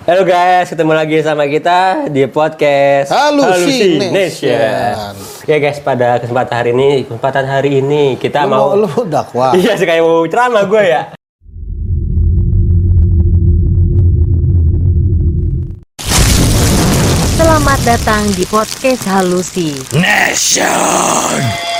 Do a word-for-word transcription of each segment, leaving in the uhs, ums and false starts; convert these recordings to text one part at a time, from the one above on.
Halo guys, ketemu lagi sama kita di podcast Halusi Nation. Ya guys, pada kesempatan hari ini, kesempatan hari ini kita lu mau lu dakwah. Iya, kayak mau ceramah gue ya. Selamat datang di podcast Halusi Nation.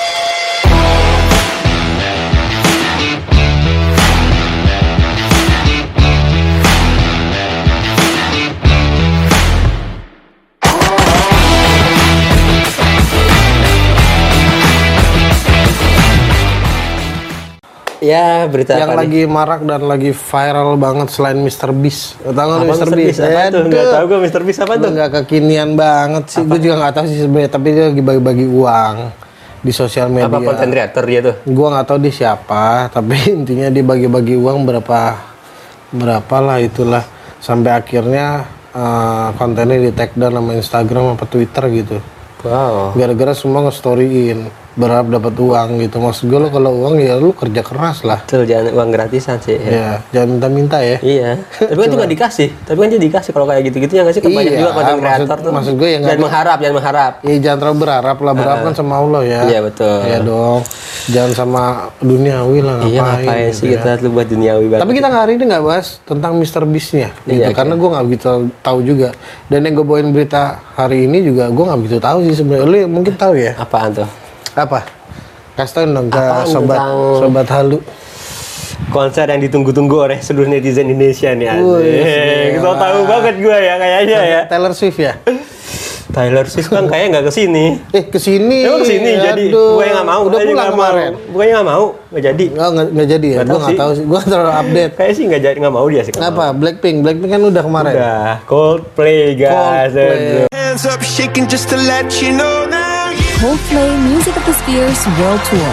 Ya, berita Yang apa lagi nih? marak dan lagi viral banget selain mister Beast. Tahu nggak Apa mister Mister Beast? Beast? Apa tuh? Nggak tahu gue mister Beast apa tuh? Nggak kekinian banget sih. Gue juga nggak tahu sih sebenarnya. Tapi dia lagi bagi-bagi uang di sosial media. Apa content creator dia tuh? Gue nggak tahu dia siapa. Tapi intinya dia bagi-bagi uang berapa berapa lah itulah. Sampai akhirnya uh, kontennya di take down sama Instagram apa Twitter gitu. Wow. Gara-gara semua nge-storyin berharap dapat uang gitu. Maksud gue lo kalau uang ya lu kerja keras lah. Betul, jangan uang gratisan sih. Ya. Ya, jangan minta-minta ya. Iya. Tapi kan itu nggak dikasih. Tapi kan dia dikasih kalau kayak gitu-gitu ya nggak sih? Kan banyak Iya, juga content maksud- creator tuh. maksud gue ya nggak jangan ada- mengharap, jangan mengharap. Ya jangan terlalu berharap lah, berharap kan sama Allah ya. Iya, betul. Iya dong. Jangan sama duniawi lah, ngapain, Iya, ngapain gitu sih ya. kita tuh buat duniawi banget. Tapi kita hari ini nggak bahas tentang mister Beast-nya gitu, Iya, karena gue nggak begitu tahu juga. Dan yang gue bawain berita hari ini juga gue nggak begitu tahu sih sebenarnya. Lu mungkin tahu ya? apaan tuh? Apa? Kasih tau dong ke Apaan sobat tentang- sobat halu. Konser yang ditunggu-tunggu oleh seluruh netizen Indonesia nih. Wih, Asik. Kita gila. tahu banget gue ya kayaknya ya. Taylor Swift ya? Taylor Swift kan kayaknya nggak kesini. Eh kesini. Emang kesini jadi. Aduh. Bukannya nggak mau. Udah Bukannya pulang nggak mau. kemarin. Bukannya nggak mau. Nggak jadi. Nggak nggak nggak jadi ya. Nggak Gue tahu nggak sih. tahu sih. Gue terlalu update. Kayaknya sih nggak jadi, nggak mau dia sih. nggak Apa? mau. Blackpink. Blackpink kan udah kemarin. Udah. Coldplay guys. Coldplay. Aduh. Hands up, shaking just to let you know now. Coldplay Music of the Spheres World Tour.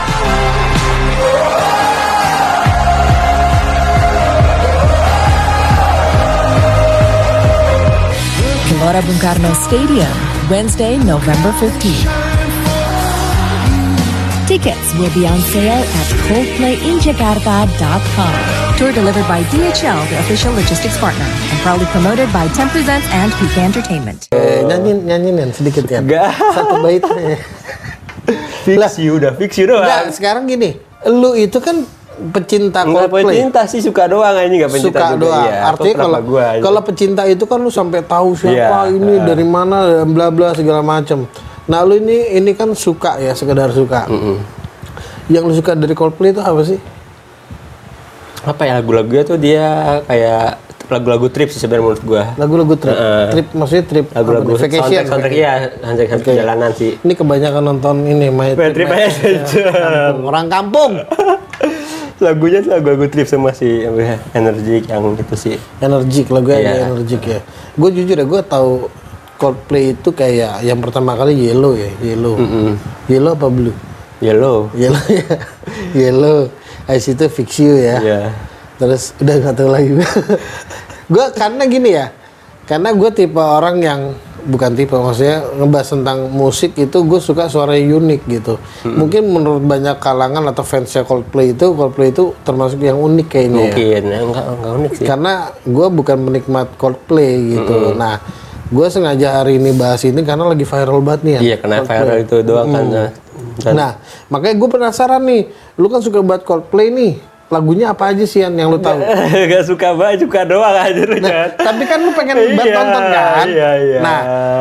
Gelora Bung Karno Stadium, Wednesday, November fifteenth. Tickets will be on sale at coldplay in jakarta dot com. Tour delivered by D H L, the official logistics partner, and proudly promoted by Temp Presents and P K Entertainment. Eh, nyanyiin nyanyiin sedikit ya. Nggak. Satu bait. Fix you udah. Fix you doang. Nah, sekarang gini, lu itu kan pecinta Nggak Coldplay. pecinta sih, suka doang ini nggak pecinta Suka juga. doang. Iya, Artinya aku kalau kenapa gua aja. kalau pecinta itu kan lu sampai tahu siapa Iya, ini dari mana dan bla bla segala macam. Nah, lu ini ini kan suka ya, sekedar suka. Yang lu suka dari Coldplay itu apa sih? apa ya lagu-lagunya tuh dia kayak lagu-lagu trip sih sebenarnya menurut gua. Lagu-lagu trip. Heeh. Trip maksudnya trip apa Lagu-lagu nih? Vacation. soundtrack soundtrack ya, soundtrack Oke. perjalanan sih. Ini kebanyakan nonton ini My Bad Trip My- Adventure. kampung. Orang kampung. Lagunya tuh lagu-lagu trip semua sih, yang energik yang gitu sih. Energik, lagunya Iya. agak energik ya. Gue jujur ya, gue tahu Coldplay itu kayak yang pertama kali Yellow ya, Yellow. Yellow apa Blue? Yellow. Yellow ya, Yellow. Habis itu Fix You ya. Iya. Terus udah nggak tahu lagi. Gue karena gini ya, karena gue tipe orang yang bukan tipe, maksudnya ngebahas tentang musik itu gue suka suaranya unik gitu. Mungkin menurut banyak kalangan atau fansnya Coldplay itu, Coldplay itu termasuk yang unik kayaknya ya. Mungkin ya, enggak enggak unik sih. Karena gue bukan penikmat Coldplay gitu. Nah, gue sengaja hari ini bahas ini karena lagi viral banget nih ya. Iya, karena Coldplay. viral itu doang kan. Dan Nah, makanya gue penasaran nih. Lu kan suka banget Coldplay nih. Lagunya apa aja sih Yan, yang lu tahu? gak suka banget, suka doang aja lu Nah, Jan. tapi kan lu pengen banget Iya, nonton kan? Iya, iya. Nah,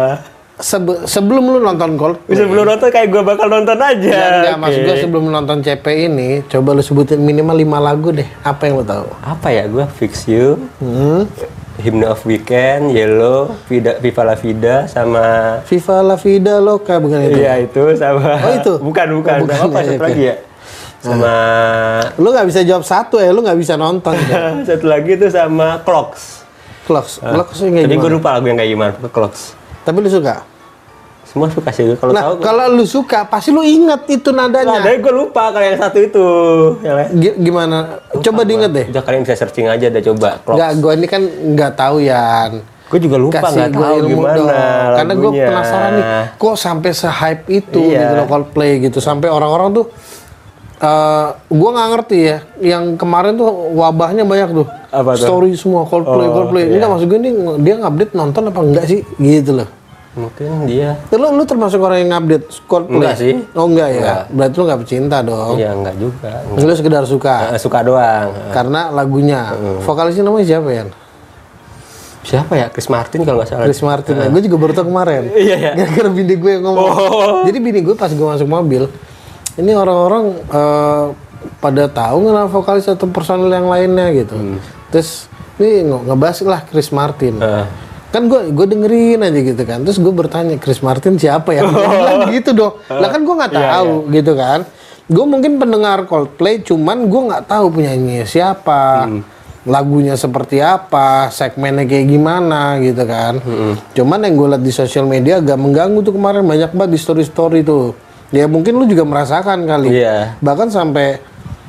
sebe- sebelum lu nonton Coldplay. sebelum nonton kayak gua bakal nonton aja. Ya, enggak, maksud Oke. gue sebelum nonton C P ini, coba lu sebutin minimal lima lagu deh. Apa yang lu tahu? Apa ya, gua Fix You, Hmm? Hymn of Weekend, Yellow, Vida, Viva La Vida, sama Viva La Vida Loca bukan itu? iya itu sama. Oh, itu? Bukan bukan. Oh, bukan, Sama apa ya, satu oke. lagi ya? Sama Lu nggak bisa jawab satu ya, lu nggak bisa nonton. Kan? satu lagi itu sama Clocks. Clocks, Clocks yang kayak Tapi gimana? gue lupa lagu yang kayak gimana. Clocks. Tapi lu suka? Semua suka sih kalau Nah, tahu. kalau lu suka, pasti lu inget itu nadanya. Nah, dari gue lupa kalau yang satu itu. Yang lain. Gi- Gimana? Coba diinget deh. Udah kalian bisa searching aja, udah coba. Clocks. Enggak, gue ini kan nggak tahu Yan. Gue juga lupa, Kasih nggak gue tahu ilmu gimana dong. Karena gue lagunya. penasaran nih, kok sampai se-hype itu Iya. gitu loh Coldplay gitu. Sampai orang-orang tuh, uh, gue nggak ngerti ya. Yang kemarin tuh wabahnya banyak tuh. Apa tuh? story semua Coldplay, Oh, Coldplay. iya. Enggak, maksud gue nih dia ngupdate nonton apa enggak sih gitu loh. Mungkin dia. Lu, lu termasuk orang yang ngupdate Coldplay? Enggak sih. Oh enggak ya? Enggak. Berarti lu gak pecinta dong? Iya enggak juga. Lu sekedar suka? Eh, suka doang. Karena lagunya. Vokalisnya namanya siapa ya? Siapa ya? Chris Martin kalau nggak salah. Chris Martin. Ya. Gue juga baru tau kemarin. Iya, iya. Gara-gara bini gue yang ngomong. Oh. Jadi bini gue pas gue masuk mobil, ini orang-orang eh, pada tahu nggak nama vokalis atau personil yang lainnya gitu. Terus ini nge- ngebahas lah Chris Martin. Eh. Kan gue gue dengerin aja gitu kan. Terus gue bertanya Chris Martin siapa ya? Dia bilang gitu dong. Lah kan gue nggak Iya, tahu gitu kan. Gue mungkin pendengar Coldplay, cuman gue nggak tahu penyanyinya siapa. Lagunya seperti apa, segmennya kayak gimana gitu kan. Cuman yang gue liat di sosial media agak mengganggu tuh kemarin, banyak banget di story-story tuh. Ya mungkin lu juga merasakan kali. Iya. Bahkan sampai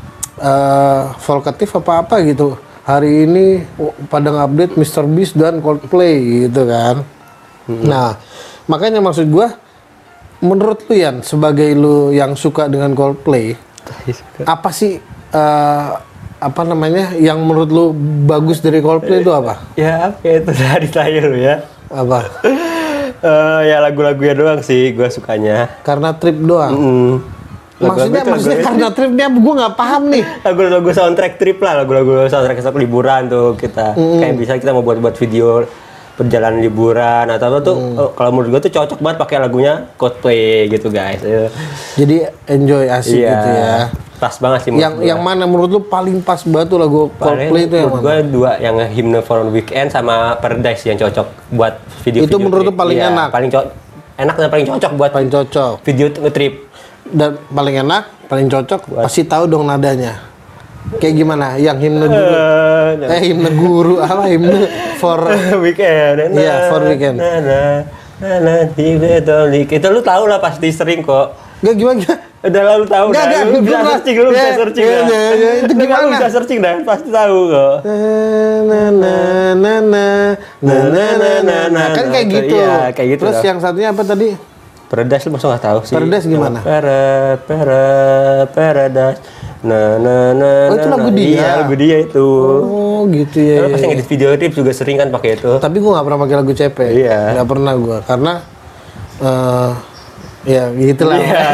uh, Volkatif apa-apa gitu. Hari ini oh, pada ngupdate mister Beast dan Coldplay gitu kan. Nah, makanya maksud gue, menurut lu Yan, sebagai lu yang suka dengan Coldplay, apa sih uh, apa namanya yang menurut lu bagus dari Coldplay itu apa? Ya apa ya, itu dari saya lu ya. Apa? Eh ya lagu-lagunya doang sih gue sukanya. Karena trip doang. Mm. Maksudnya, Lagu-lagu itu maksudnya lagu- karena tripnya gue nggak paham nih. lagu-lagu soundtrack trip lah, lagu-lagu soundtrack soundtrack liburan tuh kita. Kayak bisa kita mau buat-buat video perjalanan liburan atau apa tuh. Oh, kalau menurut gue tuh cocok banget pakai lagunya Coldplay gitu guys. Eh, Jadi enjoy asik Iya. gitu ya. Pas banget sih menurut Yang gua. yang mana menurut lu paling pas banget tuh lagu Paling Coldplay itu yang menurut mana? gue dua, yang Hymne for Weekend sama Paradise yang cocok buat video. Itu menurut lu paling enak? Paling cocok, enak dan paling cocok buat Paling cocok. video nge-trip. Dan paling enak, paling cocok pasti tahu dong nadanya. Kayak gimana? Yang himne guru. Eh himne guru apa himne for Weekend. Iya, for weekend. Nah, nah, nah, nah, itu lu tahu lah pasti sering kok. Enggak gimana? gimana? Udah lah lu tahu Nggak, dah. nggak, Lu bisa gimana? searching, lu bisa Ya, searching ya, dah. ya, ya, itu Lu kan gimana? bisa searching dah, pasti tahu kok. Na na na na na na na na na kan kayak gitu. Iya, kayak gitu Terus dah. yang satunya apa tadi? Paradise lu masa nggak tahu sih. Paradise gimana? Para, para, Paradise. Nah, nah, nah, Oh, itu nah, lagu nah. dia? Iya, lagu dia itu. Oh gitu ya. Karena pas yang edit video klip juga sering kan pakai itu. Tapi gue nggak pernah pakai lagu C P. Iya. Nggak pernah gue karena eh ya gitulah. Iya.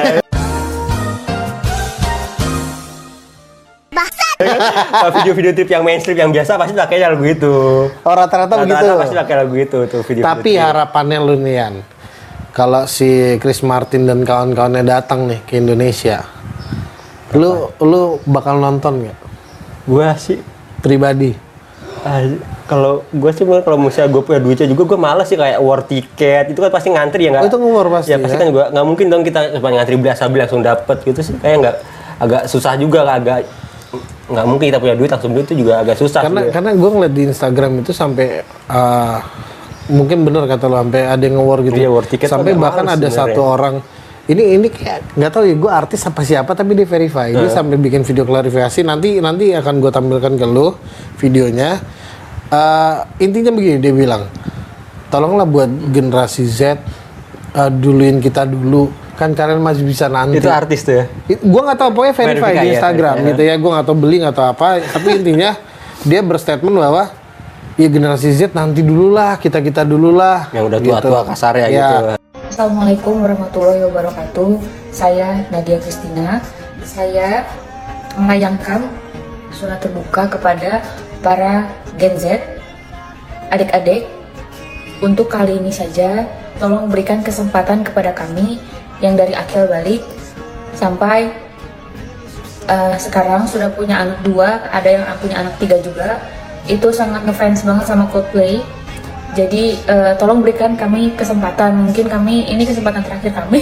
Nah, video-video tip yang mainstream yang biasa pasti pakainya lagu itu. Oh rata-rata begitu. Rata-rata pasti pakai lagu itu tuh video. Tapi harapannya lu nih Yan, kalau si Chris Martin dan kawan-kawannya datang nih ke Indonesia, lu lu bakal nonton nggak? Gua sih Pribadi? ah, kalau gua sih kalau misalnya gue punya duitnya juga gue malas sih kayak war tiket itu kan pasti ngantri ya nggak? Oh, itu nge-war pasti Ya pasti ya? kan juga nggak mungkin dong kita cuma ngantri beli asal beli langsung dapet gitu sih kayak nggak agak susah juga agak nggak mungkin kita punya duit langsung beli itu juga agak susah. Karena sih. karena gue ngeliat di Instagram itu sampai uh, mungkin bener kata lo sampai ada yang nge-war gitu. Iya, war tiket sampai agak bahkan males ada sebenarnya. satu orang ini ini kayak nggak tahu ya gue artis apa siapa tapi dia verify. Dia sampai bikin video klarifikasi nanti nanti akan gue tampilkan ke lo videonya. Uh, intinya begini dia bilang, tolonglah buat generasi Z uh, duluin kita dulu kan kalian masih bisa nanti. Itu artis tuh ya. Gue nggak tahu pokoknya verify Verify, di ya, Instagram verify, gitu ya. Gue nggak tahu beli nggak tahu apa. Tapi intinya dia berstatement bahwa ya generasi Z nanti dulu lah kita kita dulu lah. Yang udah tua-tua kasar ya, gitu. Assalamualaikum warahmatullahi wabarakatuh. Saya Nadia Kristina. Saya menayangkan surat terbuka kepada para Gen Z, adik-adik. Untuk kali ini saja, tolong berikan kesempatan kepada kami yang dari akil balik sampai uh, sekarang sudah punya anak dua, ada yang punya anak tiga juga. Itu sangat ngefans banget sama Coldplay. Jadi uh, tolong berikan kami kesempatan, mungkin kami ini kesempatan terakhir kami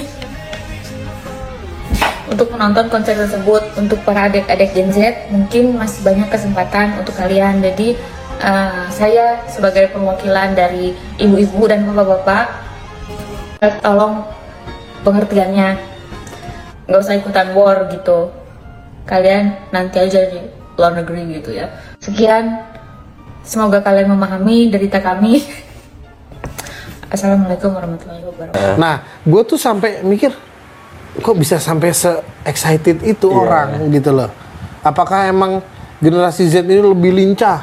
untuk menonton konser tersebut. Untuk para adik-adik Gen Z mungkin masih banyak kesempatan untuk kalian. Jadi uh, saya sebagai perwakilan dari ibu-ibu dan bapak-bapak, tolong pengertiannya, nggak usah ikutan war gitu. Kalian nanti aja di luar negeri gitu ya. Sekian, semoga kalian memahami derita kami. Assalamualaikum warahmatullahi wabarakatuh. Nah, gue tuh sampai mikir, kok bisa sampai se-excited itu Iya. orang gitu loh. Apakah emang generasi Z ini lebih lincah?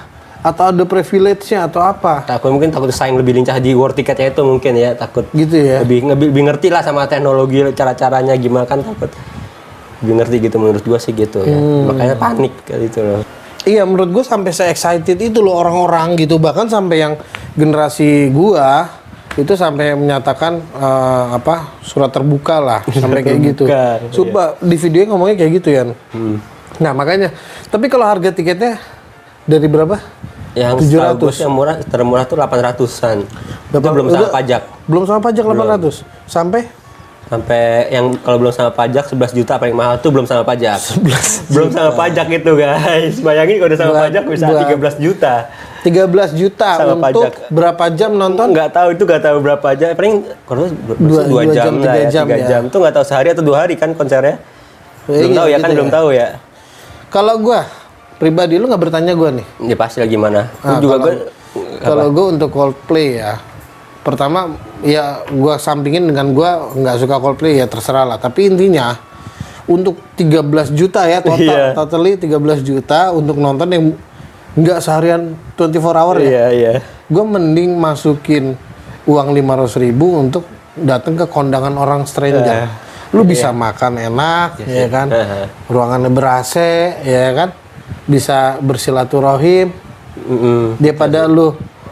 atau ada privilege-nya atau apa? Takut mungkin takut saing lebih lincah di war ticketnya itu mungkin ya, takut Gitu ya. lebih, lebih lebih ngerti lah sama teknologi, cara-caranya gimana kan, takut lebih ngerti gitu menurut gua sih gitu ya. Hmm. Makanya panik kayak gitu loh. Iya, menurut gue sampai se-excited itu loh orang-orang gitu, bahkan sampai yang generasi gua itu sampai menyatakan uh, apa surat terbuka lah sampai kayak gitu. Terbuka, Sumpah di videonya ngomongnya kayak gitu ya. Hmm. Nah makanya, tapi kalau harga tiketnya dari berapa? Yang tujuh setahu ratus. gua yang murah, termurah tuh delapan ratusan. Itu Delapan- belum sama udah- pajak. Belum sama pajak delapan ratus. Sampai Sampai yang kalau belum sama pajak sebelas juta paling mahal tuh belum sama pajak. Belum sama pajak itu guys. Bayangin kalau udah sama Buat- pajak bisa buat- tiga belas juta. tiga belas juta Sama untuk pajak. berapa jam nonton? Nggak tahu itu nggak tahu berapa jam. Paling kalau Dua- dua, dua jam, jam, lah tiga ya, jam tiga ya. jam. Tuh nggak tahu sehari atau dua hari kan konsernya. Belum Iya, tahu ya gitu kan belum ya. tahu ya. Kalau gua pribadi lu nggak bertanya gua nih. Ya pasti lah gimana. Nah, juga kalau- gue Kalau gue untuk Coldplay ya, pertama ya gue sampingin dengan gue nggak suka Coldplay ya terserah lah. Tapi intinya untuk tiga belas juta ya total, Iya. totally tiga belas juta untuk nonton yang nggak seharian dua puluh empat hour ya. Iya iya. Gue mending masukin uang lima ratus ribu untuk datang ke kondangan orang stranger. Eh, Lu bisa makan enak, ya kan? Eh. Ruangannya ber-A C, ya kan? Bisa bersilaturahim. Mm-mm. Daripada lu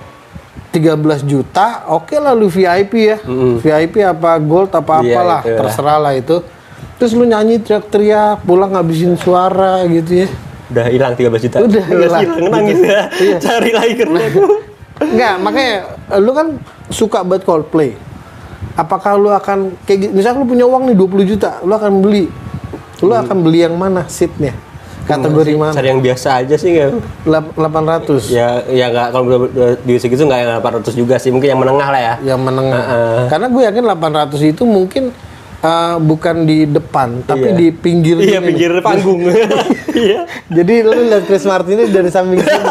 tiga belas juta, oke lah lu V I P ya. V I P apa gold apa Iya, apalah, itu lah. terserah lah itu. Terus lu nyanyi teriak-teriak, pulang ngabisin suara gitu ya. Udah hilang tiga belas juta. Udah hilang. nangis ya. Iya. Cari lagi karena aku. Enggak, makanya lu kan suka banget Coldplay. Apakah lu akan kayak gitu, misalnya lu punya uang nih dua puluh juta, lu akan beli. Lu akan beli yang mana seatnya? Kategori mana? Cari yang biasa aja sih nggak? Lap- delapan ratus. Ya ya nggak kalau udah di segitu nggak yang delapan ratus juga sih, mungkin yang menengah lah ya. Yang menengah. Heeh. Karena gue yakin delapan ratus itu mungkin uh, bukan di depan, tapi Iya. di pinggir. Iya gini. pinggir panggung. Iya. Jadi lu lihat Chris Martinez dari samping sini.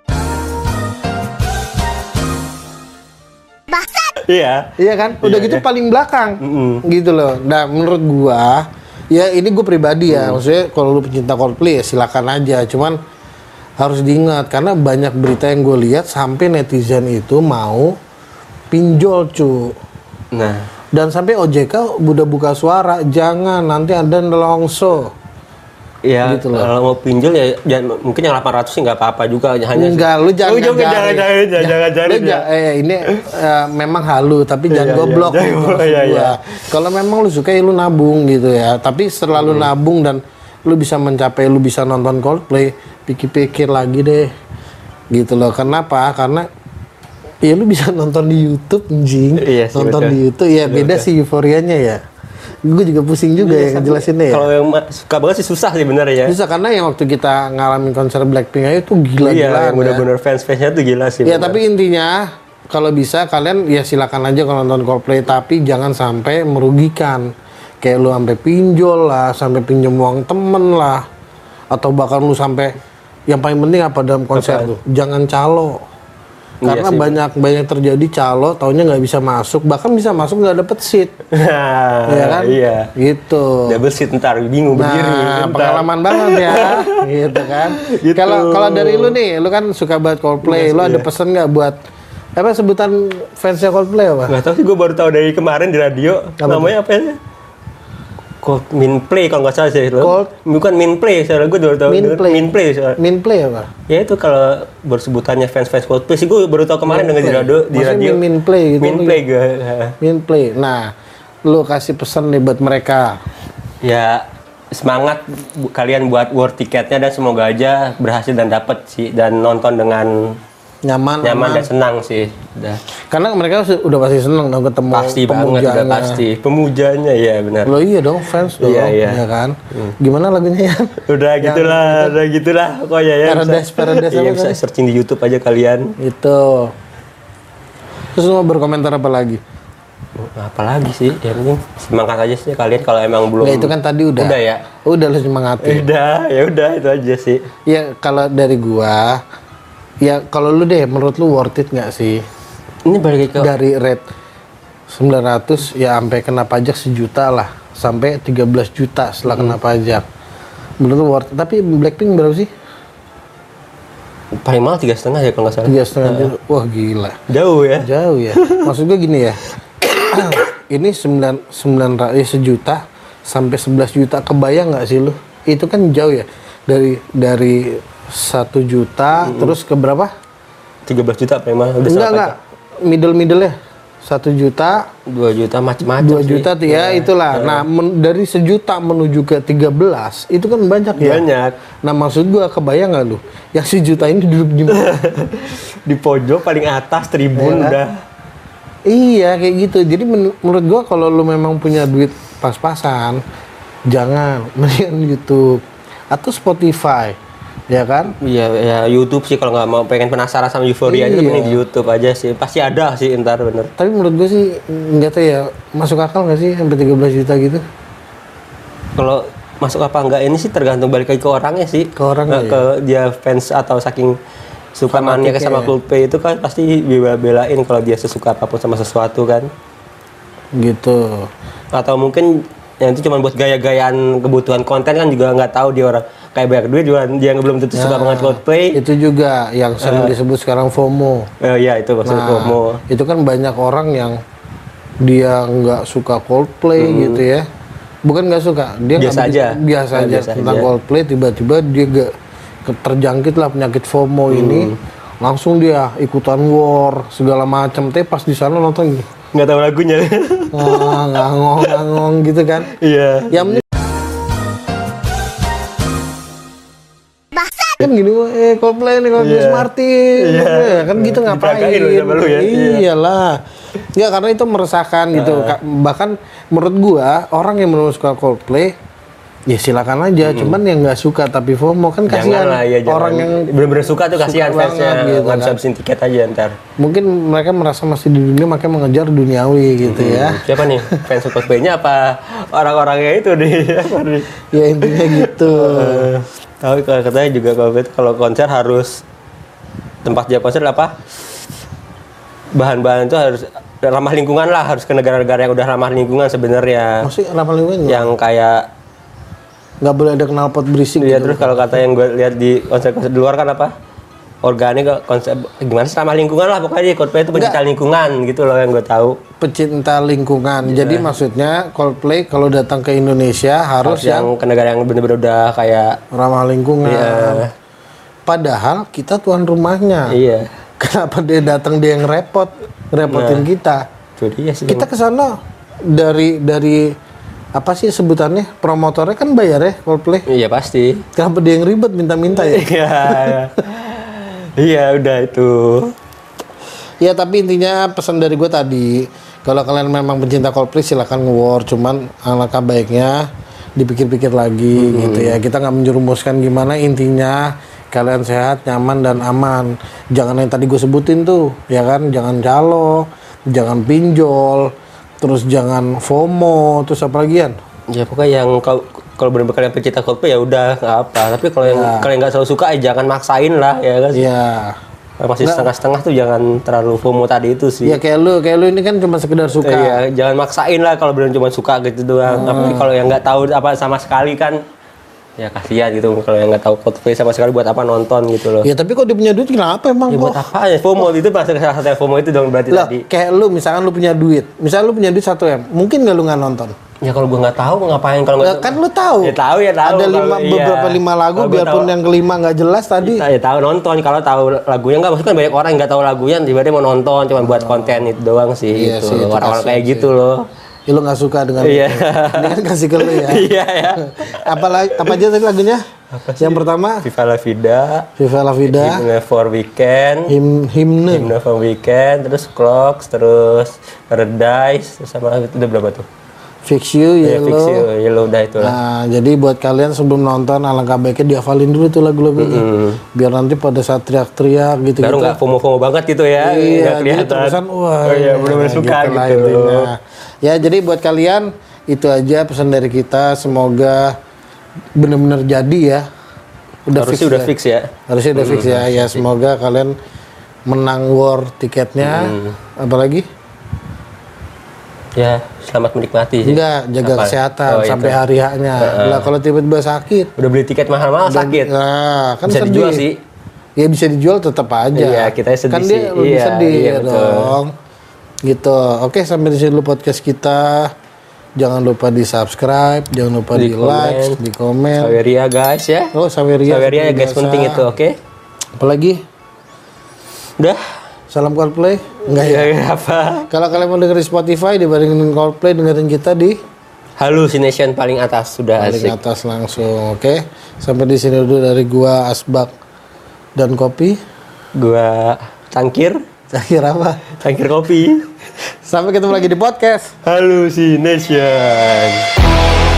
Iya. Iya kan? Udah Iya, gitu iya. paling belakang. Mm-mm. Gitu loh. Nah, menurut gua, ya ini gue pribadi ya. Maksudnya kalau lu pecinta Coldplay ya silakan aja. Cuman harus diingat karena banyak berita yang gue lihat sampai netizen itu mau pinjol, cu. Nah. Dan sampai O J K udah buka suara, jangan nanti Anda nelongso. Ya, Gitu loh. kalau mau pinjol ya jangan, mungkin yang delapan ratus sih nggak apa-apa juga hanya Enggak, lu jangan Oh, jangan ngajarin. jangan jangan jangan jangan Lu jangan ja- eh, ini eh, memang halu tapi jangan Iya, iya, goblok jangan- gitu maksud iya, gua. iya. Kalau memang lu suka ya lu nabung gitu ya. Tapi setelah Hmm. lu nabung dan lu bisa mencapai lu bisa nonton Coldplay, pikir-pikir lagi deh. Gitu loh. Kenapa? Karena ya lu bisa nonton di YouTube anjing. Iya sih, nonton betul. di YouTube ya beda betul. sih euforianya ya. Gue juga pusing juga ya ngejelasinnya ya. Kalau yang ma- suka banget sih susah sih bener ya. Bisa karena yang waktu kita ngalamin konser Blackpink aja tuh Iya, gila-gilaan yang ya. bener-bener fans-fansnya tuh gila sih. Ya bener. tapi intinya kalau bisa kalian ya silakan aja kalau nonton Coldplay tapi jangan sampai merugikan. Kayak lu sampai pinjol lah, sampai pinjam uang temen lah, atau bahkan lu sampai yang paling penting apa dalam konser Apaan? tuh? Jangan calo. Iya Karena sih, banyak banyak terjadi calo, taunya nggak bisa masuk, bahkan bisa masuk nggak dapet seat, Nah, ya kan? Iya. Gitu. Double seat ntar bingung berdiri. Nah, ntar. pengalaman banget ya, gitu kan. Gitu. Kalau kalau dari lu nih, lu kan suka banget Coldplay, Yes, lu ada iya. pesan nggak buat apa sebutan fansnya Coldplay apa? Nggak tahu sih, gue baru tahu dari kemarin di radio. Apa namanya apa ya? Cold Min Play kalau nggak salah sih. Cold- Bukan Min Play, soalnya gue baru tahu. Min denger Play. Min Play. soalnya. Min play apa? Ya itu kalau bersebutannya fans-fans Coldplay sih gue baru tahu kemarin Min dengan di Play. radio. Di Maksudnya radio. min- min play gitu. Min Play gue. Min play. Nah, lu kasih pesan nih buat mereka. Ya semangat bu- kalian buat war tiketnya dan semoga aja berhasil dan dapat sih dan nonton dengan Nyaman, aman. nyaman dan senang sih. Udah. Karena mereka su- udah pasti seneng dong ketemu Pasti banget udah pemujanya. pasti. Pemujanya ya benar. Lo iya dong fans dong, Iya, iya. ya kan? Gimana lagunya ya? Udah gitulah, udah gitulah pokoknya ya. Paradise, bisa, Paradise iya, apa bisa tadi? searching di YouTube aja kalian. Itu. Terus lu mau berkomentar apa lagi? Apalagi sih, ya mungkin semangat aja sih kalian kalau emang belum. Nggak, itu kan tadi udah. Udah ya. Udah lu semangatin. Udah, ya udah itu aja sih. Ya kalau dari gua, ya kalau lu deh, menurut lu worth it nggak sih? Ini balik ke Dari rate sembilan ratus ya sampai kena pajak sejuta lah, sampai tiga belas juta setelah kena pajak. Menurut lu worth it. Tapi Blackpink berapa sih? Paling mahal tiga setengah ya kalau nggak salah. Tiga setengah juta. Wah gila. Jauh ya. Jauh ya. Maksud gue gini ya. Ini sembilan sembilan ratus sejuta sampai sebelas juta, kebayang nggak sih lu? Itu kan jauh ya. Dari dari satu juta hmm. terus ke berapa? tiga belas juta paling mahal. Udah enggak enggak. Middle middle ya. Satu juta, dua juta macam-macam. Dua juta tuh ya, ya itulah. Ya. Nah men, dari sejuta menuju ke tiga belas itu kan banyak ya. Banyak. Nah maksud gua kebayang nggak lu? Yang sejuta ini duduk di mana? Di pojok paling atas tribun ya. Udah. Iya kayak gitu. Jadi men- menurut gua kalau lu memang punya duit pas-pasan, jangan mendingan YouTube atau Spotify. Ya kan? Iya, ya YouTube sih kalau nggak mau pengen penasaran sama euforia iya. aja mending di YouTube aja sih. Pasti ada sih ntar bener. Tapi menurut gue sih nggak tahu ya, masuk akal nggak sih sampai tiga belas juta gitu? Kalau masuk apa enggak ini sih tergantung balik lagi ke orangnya sih. Ke orangnya ke ya? Dia fans atau saking suka mania sama ya? Coldplay itu kan pasti bela-belain kalau dia sesuka apapun sama sesuatu kan. Gitu. Atau mungkin yang itu cuma buat gaya-gayaan kebutuhan konten kan juga nggak tahu dia orang kayak banyak duit juga dia belum tentu suka nah, banget Coldplay. Itu juga yang sering uh, disebut sekarang FOMO. Oh iya itu maksud nah, FOMO. Itu kan banyak orang yang dia nggak suka Coldplay hmm. gitu ya. Bukan nggak suka, dia biasa gak, aja. Biasa nah, aja biasa tentang aja. Coldplay tiba-tiba dia gak terjangkit lah penyakit FOMO hmm. ini. Langsung dia ikutan war segala macam. Tapi pas di sana nonton nggak tahu lagunya. Ah, ngangong-ngangong gitu kan. Iya. Yang kan gini, eh Coldplay nih kalau yeah. Martin, yeah. ya, kan gitu ngapain? Lu ya? Iyalah, nggak karena itu meresahkan gitu. Uh. Bahkan menurut gua orang yang menurut suka Coldplay, ya silakan aja. Mm-hmm. Cuman yang nggak suka tapi FOMO kan kasihan ya, orang yang benar-benar suka tuh kasihan fansnya gitu, nggak bisa habisin tiket aja ntar. Mungkin mereka merasa masih di dunia makanya mengejar duniawi gitu mm-hmm. ya. Siapa nih fans Coldplay-nya apa orang-orangnya itu nih? Ya intinya gitu. Tapi kalau katanya juga kalau kalau konser harus tempat dia konser apa bahan-bahan itu harus ramah lingkungan lah, harus ke negara-negara yang udah ramah lingkungan sebenarnya. Maksudnya ramah lingkungan? Yang kayak nggak boleh ada knalpot berisik. Iya gitu. Terus kalau kata yang gue lihat di konser-konser di luar kan apa organik konsep gimana sih ramah lingkungan lah pokoknya Coldplay itu pencinta lingkungan gitu loh yang gue tahu. Pecinta lingkungan. Yeah. Jadi maksudnya Coldplay kalau datang ke Indonesia harus, harus yang, yang ke negara yang benar-benar udah kayak ramah lingkungan. Yeah. Padahal kita tuan rumahnya. Iya. Yeah. Kenapa dia datang dia yang repot, repotin nah, kita? Jadi ya sih. Kita ke sana dari dari apa sih sebutannya? Promotornya kan bayar ya Coldplay. Iya pasti. Kenapa dia yang ribet minta-minta ya? Iya. Iya udah itu. Ya tapi intinya pesan dari gue tadi, kalau kalian memang pencinta Coldplay silakan nge-war, cuman alangkah baiknya dipikir-pikir lagi mm-hmm. gitu ya. Kita nggak menjerumuskan gimana, intinya kalian sehat, nyaman dan aman. Jangan yang tadi gue sebutin tuh, ya kan? Jangan calo, jangan pinjol, terus jangan FOMO, terus apa lagian? Ya pokoknya yang kalau kalau benar-benar kalian pencinta Coldplay ya udah nggak apa. Tapi kalau yang ya. kalian nggak selalu suka ya jangan maksain lah ya kan. Iya. Masih nggak. Setengah-setengah tuh jangan terlalu FOMO tadi itu sih. Ya kayak lu, kayak lu ini kan cuma sekedar suka. Iya, jangan maksain lah kalau benar cuma suka gitu doang. Hmm. Tapi kalau yang nggak tahu apa sama sekali kan ya kasihan gitu kalau yang nggak tahu Coldplay sama sekali buat apa nonton gitu loh. Ya tapi kok dia punya duit kenapa emang ya, kok? Buat apa ya FOMO itu pasti salah satu FOMO itu dong berarti lah, tadi. Kayak lu misalkan lu punya duit, misal lu punya duit satu M, mungkin nggak lu nggak nonton? Ya kalau gue nggak tahu ngapain kalau nggak kan lu tahu. Ya tahu ya tahu. Ada lima kalau, beberapa iya. lima lagu kalo biarpun tahu, yang kelima nggak jelas tadi. Ya, ya tahu nonton kalau tahu lagunya nggak maksudnya kan banyak orang nggak tahu lagunya tiba-tiba mau nonton cuma buat konten itu doang sih. Iya itu. sih, Orang-orang kayak sih. gitu loh. Ya, lu nggak suka dengan iya. itu. Ini kan kasih ke lu ya. Iya ya. Apalagi apa aja tadi lagunya? Apa yang pertama Viva La Vida. Viva La Vida. Hymne for Weekend. Him, himne. Hymne for Weekend. Terus Clocks. Terus Paradise. Terus sama itu udah berapa tuh? Fix You, ya, Yellow. Fix You, Yellow udah itu lah. Nah, jadi buat kalian sebelum nonton alangkah baiknya dihafalin dulu tuh lagu-lagu ini. Mm-hmm. Biar nanti pada saat teriak-teriak gitu. Baru nggak FOMO-FOMO banget gitu ya. Iya, jadi terusan wah. Oh iya, benar-benar suka gitu. gitu. Nah, ya jadi buat kalian itu aja pesan dari kita. Semoga benar-benar jadi ya. Udah Harusnya fix udah ya. fix ya. Harusnya udah hmm, fix ya. Ya semoga kalian menang war tiketnya. Hmm. Apalagi? Ya, selamat menikmati sih. Enggak, jaga apa? Kesehatan oh, sampai itu. Hari haknya. Uh, lah kalau tiba-tiba sakit, udah beli tiket mahal-mahal sakit. Nah, kan bisa sedih. Dijual sih. ya bisa dijual tetap aja. Iya, kita sedih kan dia sih. lebih Iya, sedih iya, ya betul. dong. Gitu. Oke, sampai di sini dulu podcast kita. Jangan lupa di subscribe, jangan lupa di, Di like, komen. di komen. Saweria guys ya. Oh, Saweria. Saweria ya seperti guys biasa. penting itu, oke? Apalagi Udah. salam Coldplay? Enggak ya? Ya, apa? Kalau kalian mau dengerin Spotify dibandingin Coldplay, dengerin kita di Hallucination paling atas sudah paling asik. atas langsung. Oke. Sampai di sini dulu dari gua Asbak dan Kopi. Gua Tangkir, Terakhir apa? Tangkir kopi. Sampai ketemu lagi di podcast. Hallucination.